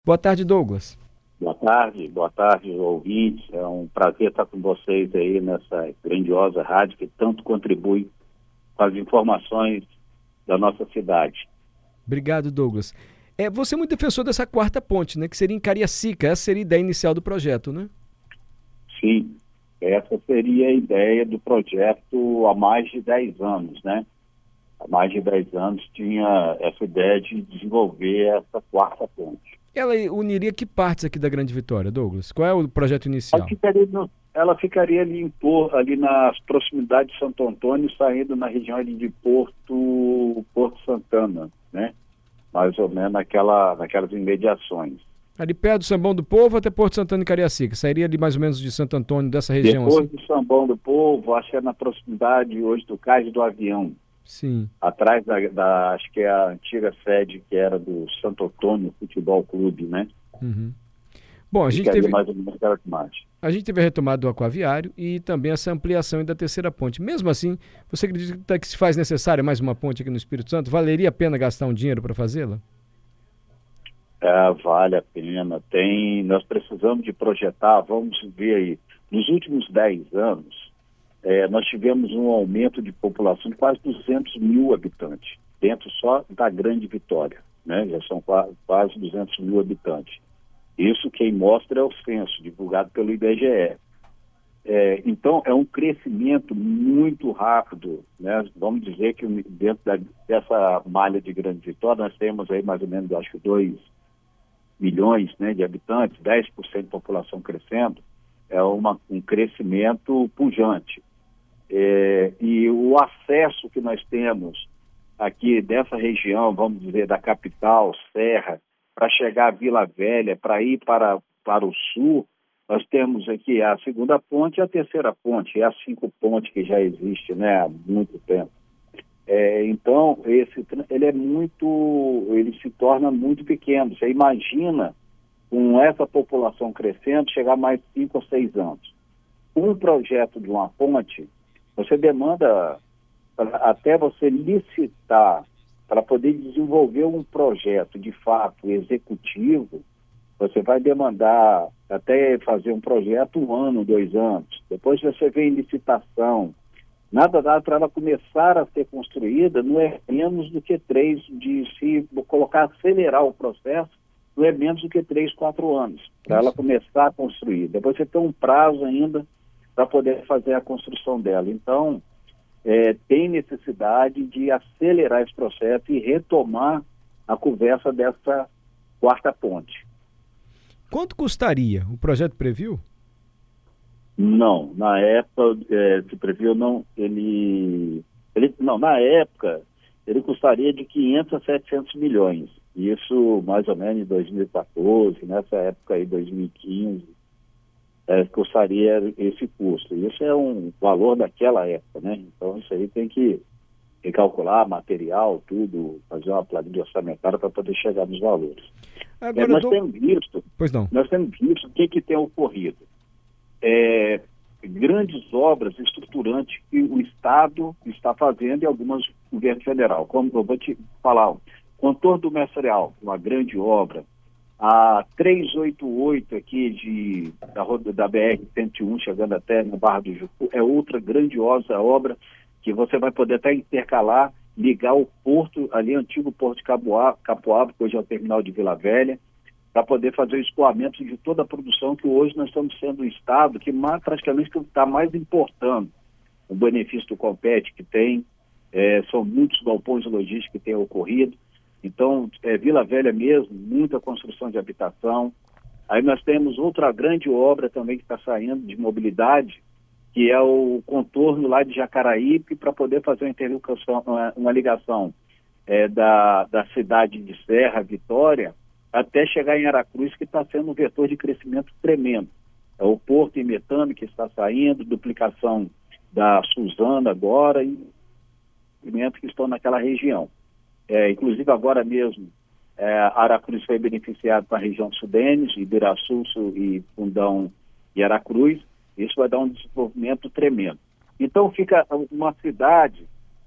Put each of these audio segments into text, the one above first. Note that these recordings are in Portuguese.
Boa tarde, Douglas. Boa tarde, ouvintes. É um prazer estar com vocês aí nessa grandiosa rádio que tanto contribui com as informações da nossa cidade. Obrigado, Douglas. Você é muito defensor dessa quarta ponte, né? Que seria em Cariacica. Essa seria a ideia inicial do projeto, né? Sim, essa seria a ideia do projeto há mais de 10 anos, né? Há mais de 10 anos tinha essa ideia de desenvolver essa quarta ponte. Ela uniria que partes aqui da Grande Vitória, Douglas? Qual é o projeto Ela inicial? ficaria, ela ficaria ali nas proximidades de Santo Antônio, saindo na região ali de Porto Santana, né? Mais ou menos naquelas imediações. Ali perto do Sambão do Povo até Porto Santana e Cariacica. Sairia ali mais ou menos de Santo Antônio, dessa região assim? Depois do Sambão do Povo, acho que é na proximidade hoje do Cais do Avião, Sim. atrás acho que é a antiga sede que era do Santo Antônio Futebol Clube, né? Uhum. Bom, Ficaria mais ou menos aquela imagem. a gente teve a retomada do aquaviário e também essa ampliação da terceira ponte. Mesmo assim, você acredita que se faz necessária mais uma ponte aqui no Espírito Santo? Valeria a pena gastar um dinheiro para fazê-la? Vale a pena. Nós precisamos de projetar, vamos ver aí, nos últimos 10 anos, nós tivemos um aumento de população de quase 200 mil habitantes, dentro só da Grande Vitória, né? Já são quase 200 mil habitantes. Isso quem mostra é o censo, divulgado pelo IBGE. Então, é um crescimento muito rápido, né? Vamos dizer que dentro dessa malha de Grande Vitória, nós temos aí mais ou menos, acho que 2 milhões, né, de habitantes, 10% de população crescendo, é um crescimento pujante. E o acesso que nós temos aqui dessa região, vamos dizer, da capital, Serra, para chegar à Vila Velha, para ir para o sul, nós temos aqui a segunda ponte e a terceira ponte, e a 5 pontes que já existe, né, há muito tempo. Então, ele se torna muito pequeno. Você imagina, com essa população crescendo, chegar a mais 5 ou 6 anos. Um projeto de uma ponte, você demanda, até você licitar, para poder desenvolver um projeto de fato executivo, você vai demandar até fazer um projeto 1 ano, 2 anos. Depois você vê em licitação. Nada dá para ela começar a ser construída, não é menos do que se colocar, acelerar o processo, não é menos do que 3, 4 anos, para ela começar a construir. Depois você tem um prazo ainda para poder fazer a construção dela. Então, tem necessidade de acelerar esse processo e retomar a conversa dessa quarta ponte. Quanto custaria? O projeto previu? Não, na época se previu, não, não, na época ele custaria de 500 a 700 milhões, isso mais ou menos em 2014, nessa época aí, 2015, custaria esse custo, isso é um valor daquela época, né? Então isso aí tem que recalcular material, tudo, fazer uma planilha orçamentária para poder chegar nos valores. Agora, Nós temos visto, Pois não. o que tem ocorrido. Grandes obras estruturantes que o Estado está fazendo e algumas o governo federal. Como eu vou te falar, contorno do Mestreal, uma grande obra. A 388 aqui da BR-101, chegando até no Barra do Jucu, é outra grandiosa obra que você vai poder até intercalar, ligar o porto, ali antigo porto de Capoaba, que hoje é o terminal de Vila Velha, para poder fazer o escoamento de toda a produção que hoje nós estamos sendo o Estado que praticamente está mais importando. O benefício do Compete que tem, são muitos galpões logísticos que têm ocorrido. Então, Vila Velha mesmo, muita construção de habitação. Aí nós temos outra grande obra também que está saindo de mobilidade, que é o contorno lá de Jacaraípe, para poder fazer uma ligação da cidade de Serra, Vitória, até chegar em Aracruz, que está sendo um vetor de crescimento tremendo. É o Porto e Metame que está saindo, duplicação da Suzana agora e que estão naquela região. Inclusive agora mesmo, Aracruz foi beneficiado com a região Sudenes, Ibiraçu e Fundão e Aracruz. Isso vai dar um desenvolvimento tremendo. Então fica uma cidade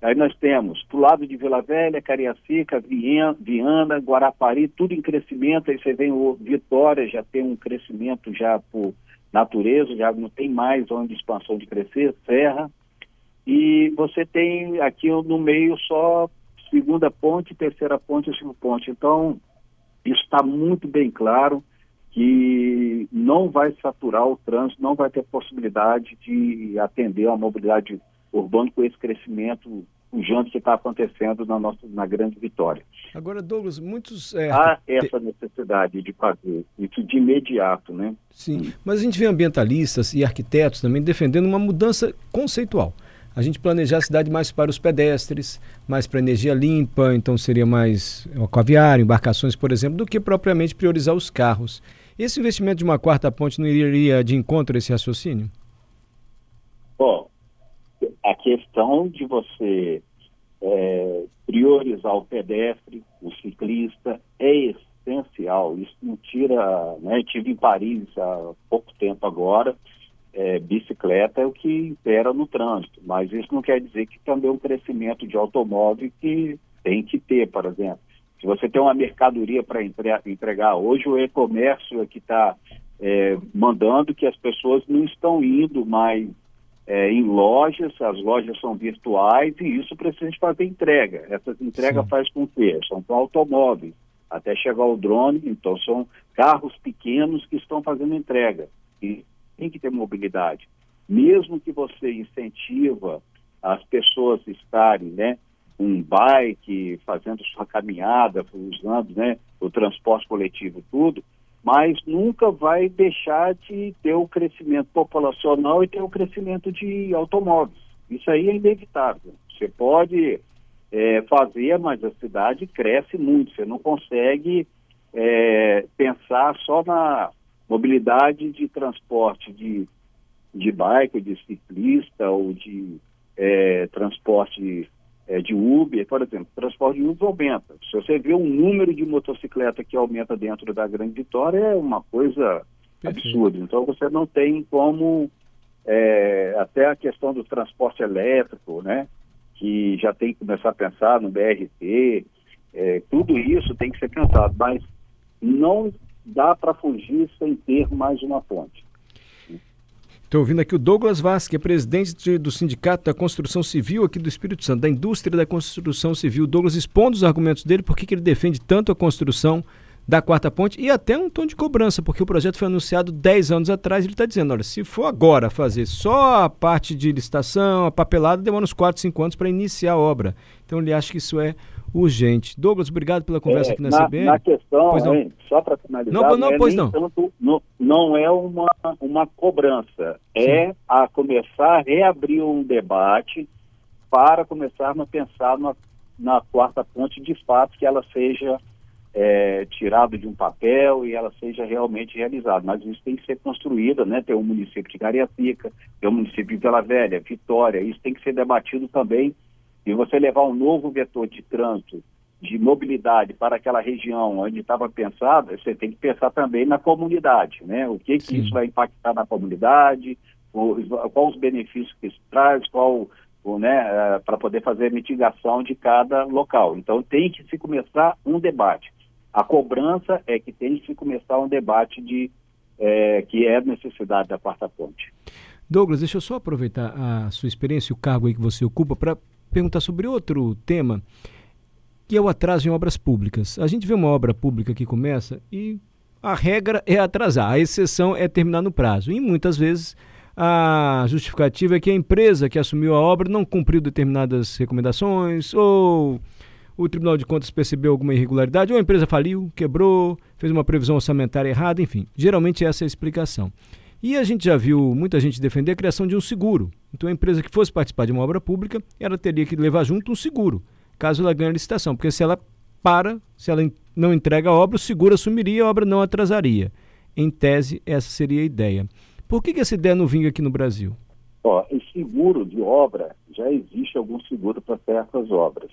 Aí nós temos, pro lado de Vila Velha, Cariacica, Viana, Guarapari, tudo em crescimento. Aí você vem o Vitória, já tem um crescimento já por natureza, já não tem mais onde expansão de crescer, Serra. E você tem aqui no meio só segunda ponte, terceira ponte e segunda ponte. Então, isso está muito bem claro que não vai saturar o trânsito, não vai ter possibilidade de atender a mobilidade urbana com esse crescimento pujante que está acontecendo na Grande Vitória. Agora, Douglas, muitos... Há essa necessidade de fazer isso de imediato, né? Sim, mas a gente vê ambientalistas e arquitetos também defendendo uma mudança conceitual. A gente planejar a cidade mais para os pedestres, mais para energia limpa, então seria mais aquaviário, embarcações, por exemplo, do que propriamente priorizar os carros. Esse investimento de uma quarta ponte não iria de encontro a esse raciocínio? Bom, a questão de você priorizar o pedestre, o ciclista, é essencial. Isso não tira, né? Estive em Paris há pouco tempo agora. Bicicleta é o que impera no trânsito, mas isso não quer dizer que também um crescimento de automóvel que tem que ter, por exemplo. Se você tem uma mercadoria para entregar, hoje o e-comércio é que está mandando que as pessoas não estão indo mais em lojas, as lojas são virtuais e isso precisa de fazer entrega. Essa entrega faz com que são com automóveis, até chegar o drone, então são carros pequenos que estão fazendo entrega. E tem que ter mobilidade. Mesmo que você incentiva as pessoas estarem, né, um bike, fazendo sua caminhada, usando, né, o transporte coletivo, tudo, mas nunca vai deixar de ter o crescimento populacional e ter o crescimento de automóveis. Isso aí é inevitável. Você pode fazer, mas a cidade cresce muito. Você não consegue pensar só na mobilidade de transporte de bike, de ciclista ou de transporte de Uber, por exemplo. O transporte de Uber aumenta. Se você vê o número de motocicleta que aumenta dentro da Grande Vitória, é uma coisa absurda. Então você não tem como, até a questão do transporte elétrico, né, que já tem que começar a pensar no BRT, tudo isso tem que ser pensado, mas não dá para fugir sem ter mais uma ponte. Estou ouvindo aqui o Douglas Vaz, que é presidente do Sindicato da Construção Civil aqui do Espírito Santo, da indústria da construção civil. Douglas expondo os argumentos dele, por que ele defende tanto a construção da quarta ponte e até um tom de cobrança, porque o projeto foi anunciado 10 anos atrás. Ele está dizendo, olha, se for agora fazer só a parte de licitação, a papelada, demora uns 4, 5 anos para iniciar a obra. Então ele acha que isso é urgente. Douglas, obrigado pela conversa aqui na CBN. Na questão, só para finalizar, não é uma cobrança, a começar a reabrir um debate para começarmos a pensar na quarta ponte, de fato, que ela seja tirada de um papel e ela seja realmente realizada. Mas isso tem que ser construído, né? Tem o município de Cariacica, tem o município de Vila Velha, Vitória, isso tem que ser debatido também. E você levar um novo vetor de trânsito, de mobilidade para aquela região onde estava pensado, você tem que pensar também na comunidade, né? O que isso vai impactar na comunidade, quais os benefícios que isso traz, para poder fazer a mitigação de cada local. Então tem que se começar um debate. A cobrança é que tem que se começar um debate que é a necessidade da quarta ponte. Douglas, deixa eu só aproveitar a sua experiência e o cargo aí que você ocupa para perguntar sobre outro tema, que é o atraso em obras públicas. A gente vê uma obra pública que começa e a regra é atrasar, a exceção é terminar no prazo. E muitas vezes a justificativa é que a empresa que assumiu a obra não cumpriu determinadas recomendações, ou o Tribunal de Contas percebeu alguma irregularidade, ou a empresa faliu, quebrou, fez uma previsão orçamentária errada, enfim. Geralmente essa é a explicação. E a gente já viu muita gente defender a criação de um seguro. Então a empresa que fosse participar de uma obra pública, ela teria que levar junto um seguro, caso ela ganhe a licitação. Porque se ela não entrega a obra, o seguro assumiria, a obra não atrasaria. Em tese, essa seria a ideia. Por que essa ideia não vinga aqui no Brasil? Em seguro de obra, já existe algum seguro para certas obras.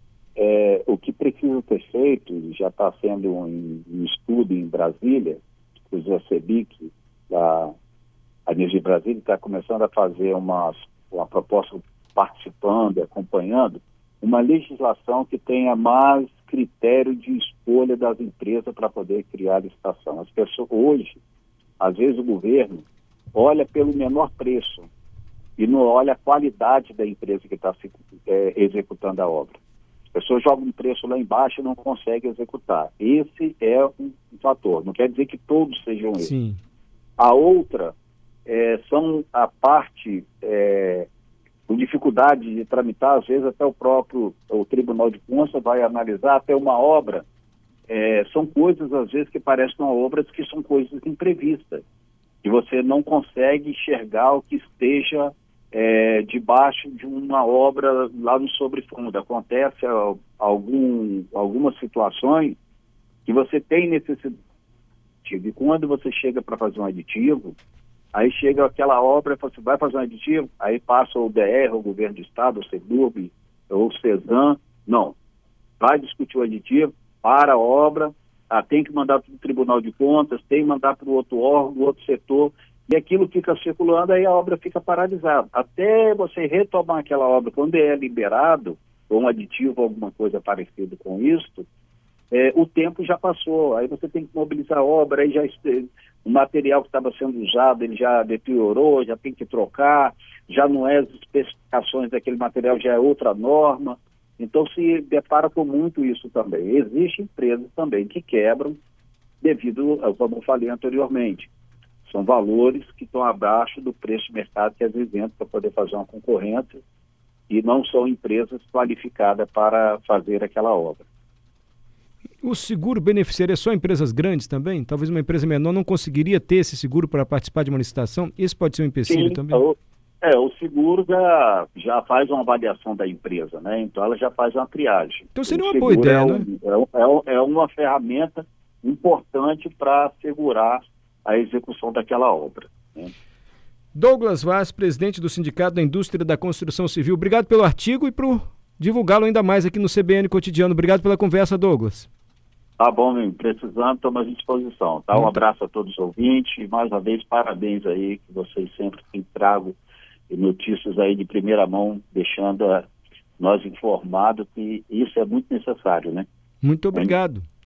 O que precisa ter feito, já está sendo um estudo em Brasília, inclusive a CEBIC, a Energia Brasília está começando a fazer uma proposta participando, acompanhando, uma legislação que tenha mais critério de escolha das empresas para poder criar licitação. As pessoas, hoje, às vezes o governo olha pelo menor preço e não olha a qualidade da empresa que está executando a obra. As pessoas jogam um preço lá embaixo e não conseguem executar. Esse é um fator. Não quer dizer que todos sejam esses. Sim. A outra são a parte com dificuldade de tramitar, às vezes até o Tribunal de Contas vai analisar até uma obra. São coisas, às vezes, que parecem uma obra que são coisas imprevistas. E você não consegue enxergar o que esteja debaixo de uma obra lá no sobrefundo. Acontece algumas situações que você tem necessidade. E quando você chega para fazer um aditivo, aí chega aquela obra e fala assim, vai fazer um aditivo? Aí passa o DR, o Governo do Estado, o SEDURB, ou o CESAM. Não. Vai discutir o aditivo, para a obra, tem que mandar para o Tribunal de Contas, tem que mandar para o outro órgão, outro setor, e aquilo fica circulando, aí a obra fica paralisada. Até você retomar aquela obra, quando é liberado, ou um aditivo, alguma coisa parecida com isso, o tempo já passou, aí você tem que mobilizar a obra, aí o material que estava sendo usado, ele já deteriorou, já tem que trocar, já não é as especificações daquele material, já é outra norma. Então se depara com muito isso também. Existem empresas também que quebram devido, como eu falei anteriormente, são valores que estão abaixo do preço de mercado que é isento para poder fazer uma concorrência e não são empresas qualificadas para fazer aquela obra. O seguro beneficiaria só empresas grandes também? Talvez uma empresa menor não conseguiria ter esse seguro para participar de uma licitação? Esse pode ser um empecilho também? O seguro já faz uma avaliação da empresa, né? Então ela já faz uma triagem. Então seria uma boa ideia, né? É uma ferramenta importante para assegurar a execução daquela obra, né? Douglas Vaz, presidente do Sindicato da Indústria da Construção Civil, obrigado pelo artigo e por divulgá-lo ainda mais aqui no CBN Cotidiano. Obrigado pela conversa, Douglas. Tá bom, meu, precisando, estamos à disposição, tá? Um abraço a todos os ouvintes e mais uma vez parabéns aí, que vocês sempre têm trago notícias aí de primeira mão, deixando nós informados que isso é muito necessário, né? Muito obrigado.